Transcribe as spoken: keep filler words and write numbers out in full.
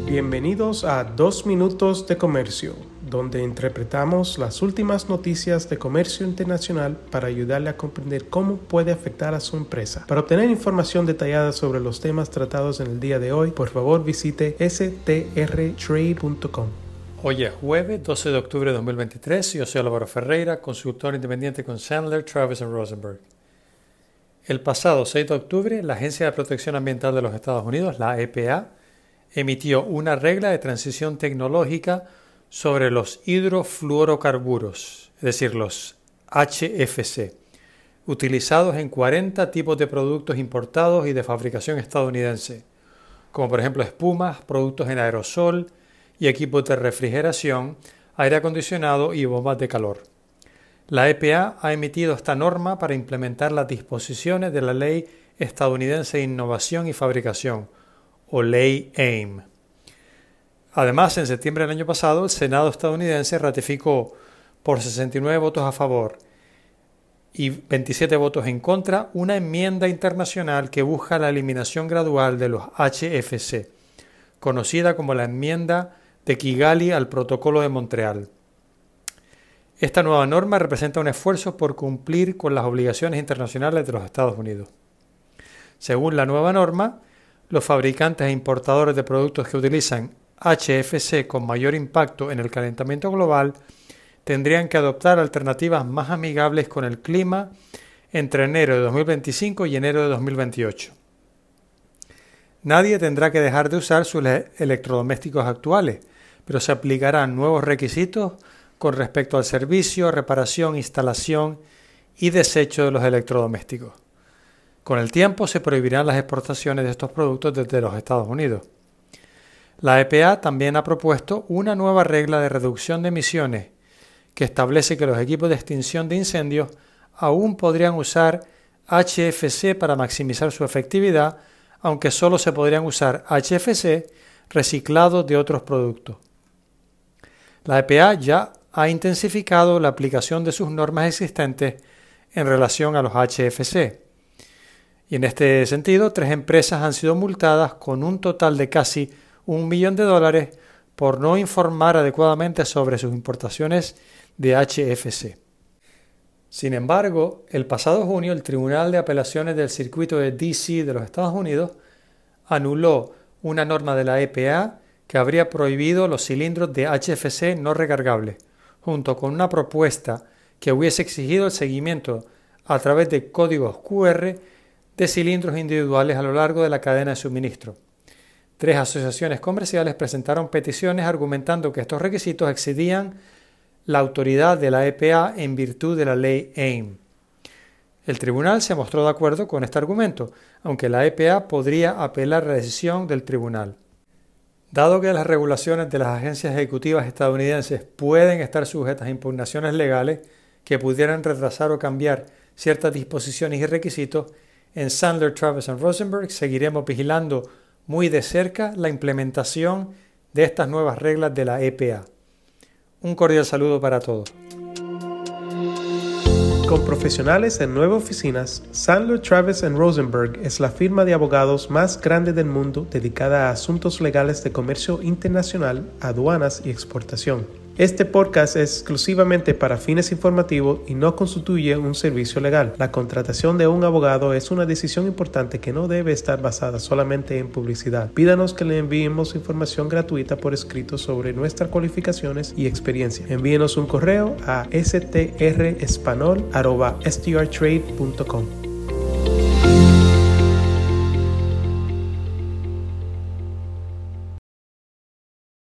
Bienvenidos a Dos Minutos de Comercio, donde interpretamos las últimas noticias de comercio internacional para ayudarle a comprender cómo puede afectar a su empresa. Para obtener información detallada sobre los temas tratados en el día de hoy, por favor visite s t r trade punto com. Hoy es jueves doce de octubre de dos mil veintitrés y yo soy Álvaro Ferreira, consultor independiente con Sandler, Travis and Rosenberg. El pasado seis de octubre, la Agencia de Protección Ambiental de los Estados Unidos, la E P A, emitió una regla de transición tecnológica sobre los hidrofluorocarburos, es decir, los H F C, utilizados en cuarenta tipos de productos importados y de fabricación estadounidense, como por ejemplo espumas, productos en aerosol y equipos de refrigeración, aire acondicionado y bombas de calor. La E P A ha emitido esta norma para implementar las disposiciones de la Ley Estadounidense de Innovación y Fabricación, o Ley A I M. Además, en septiembre del año pasado, el Senado estadounidense ratificó por sesenta y nueve votos a favor y veintisiete votos en contra una enmienda internacional que busca la eliminación gradual de los H F C, conocida como la enmienda de Kigali al Protocolo de Montreal. Esta nueva norma representa un esfuerzo por cumplir con las obligaciones internacionales de los Estados Unidos. Según la nueva norma, los fabricantes e importadores de productos que utilizan H F C con mayor impacto en el calentamiento global tendrían que adoptar alternativas más amigables con el clima entre enero de dos mil veinticinco y enero de dos mil veintiocho. Nadie tendrá que dejar de usar sus electrodomésticos actuales, pero se aplicarán nuevos requisitos con respecto al servicio, reparación, instalación y desecho de los electrodomésticos. Con el tiempo se prohibirán las exportaciones de estos productos desde los Estados Unidos. La E P A también ha propuesto una nueva regla de reducción de emisiones que establece que los equipos de extinción de incendios aún podrían usar H F C para maximizar su efectividad, aunque solo se podrían usar H F C reciclados de otros productos. La E P A ya ha intensificado la aplicación de sus normas existentes en relación a los H F C. Y en este sentido, tres empresas han sido multadas con un total de casi un millón de dólares por no informar adecuadamente sobre sus importaciones de H F C. Sin embargo, el pasado junio, el Tribunal de Apelaciones del Circuito de D C de los Estados Unidos anuló una norma de la E P A que habría prohibido los cilindros de H F C no recargables, junto con una propuesta que hubiese exigido el seguimiento a través de códigos Q R de cilindros individuales a lo largo de la cadena de suministro. Tres asociaciones comerciales presentaron peticiones argumentando que estos requisitos excedían la autoridad de la E P A en virtud de la ley A I M. El tribunal se mostró de acuerdo con este argumento, aunque la E P A podría apelar la decisión del tribunal. Dado que las regulaciones de las agencias ejecutivas estadounidenses pueden estar sujetas a impugnaciones legales que pudieran retrasar o cambiar ciertas disposiciones y requisitos, en Sandler, Travis and Rosenberg seguiremos vigilando muy de cerca la implementación de estas nuevas reglas de la E P A. Un cordial saludo para todos. Con profesionales en nueve oficinas, Sandler, Travis and Rosenberg es la firma de abogados más grande del mundo dedicada a asuntos legales de comercio internacional, aduanas y exportación. Este podcast es exclusivamente para fines informativos y no constituye un servicio legal. La contratación de un abogado es una decisión importante que no debe estar basada solamente en publicidad. Pídanos que le enviemos información gratuita por escrito sobre nuestras cualificaciones y experiencia. Envíenos un correo a s t r espanol arroba s t r trade punto com.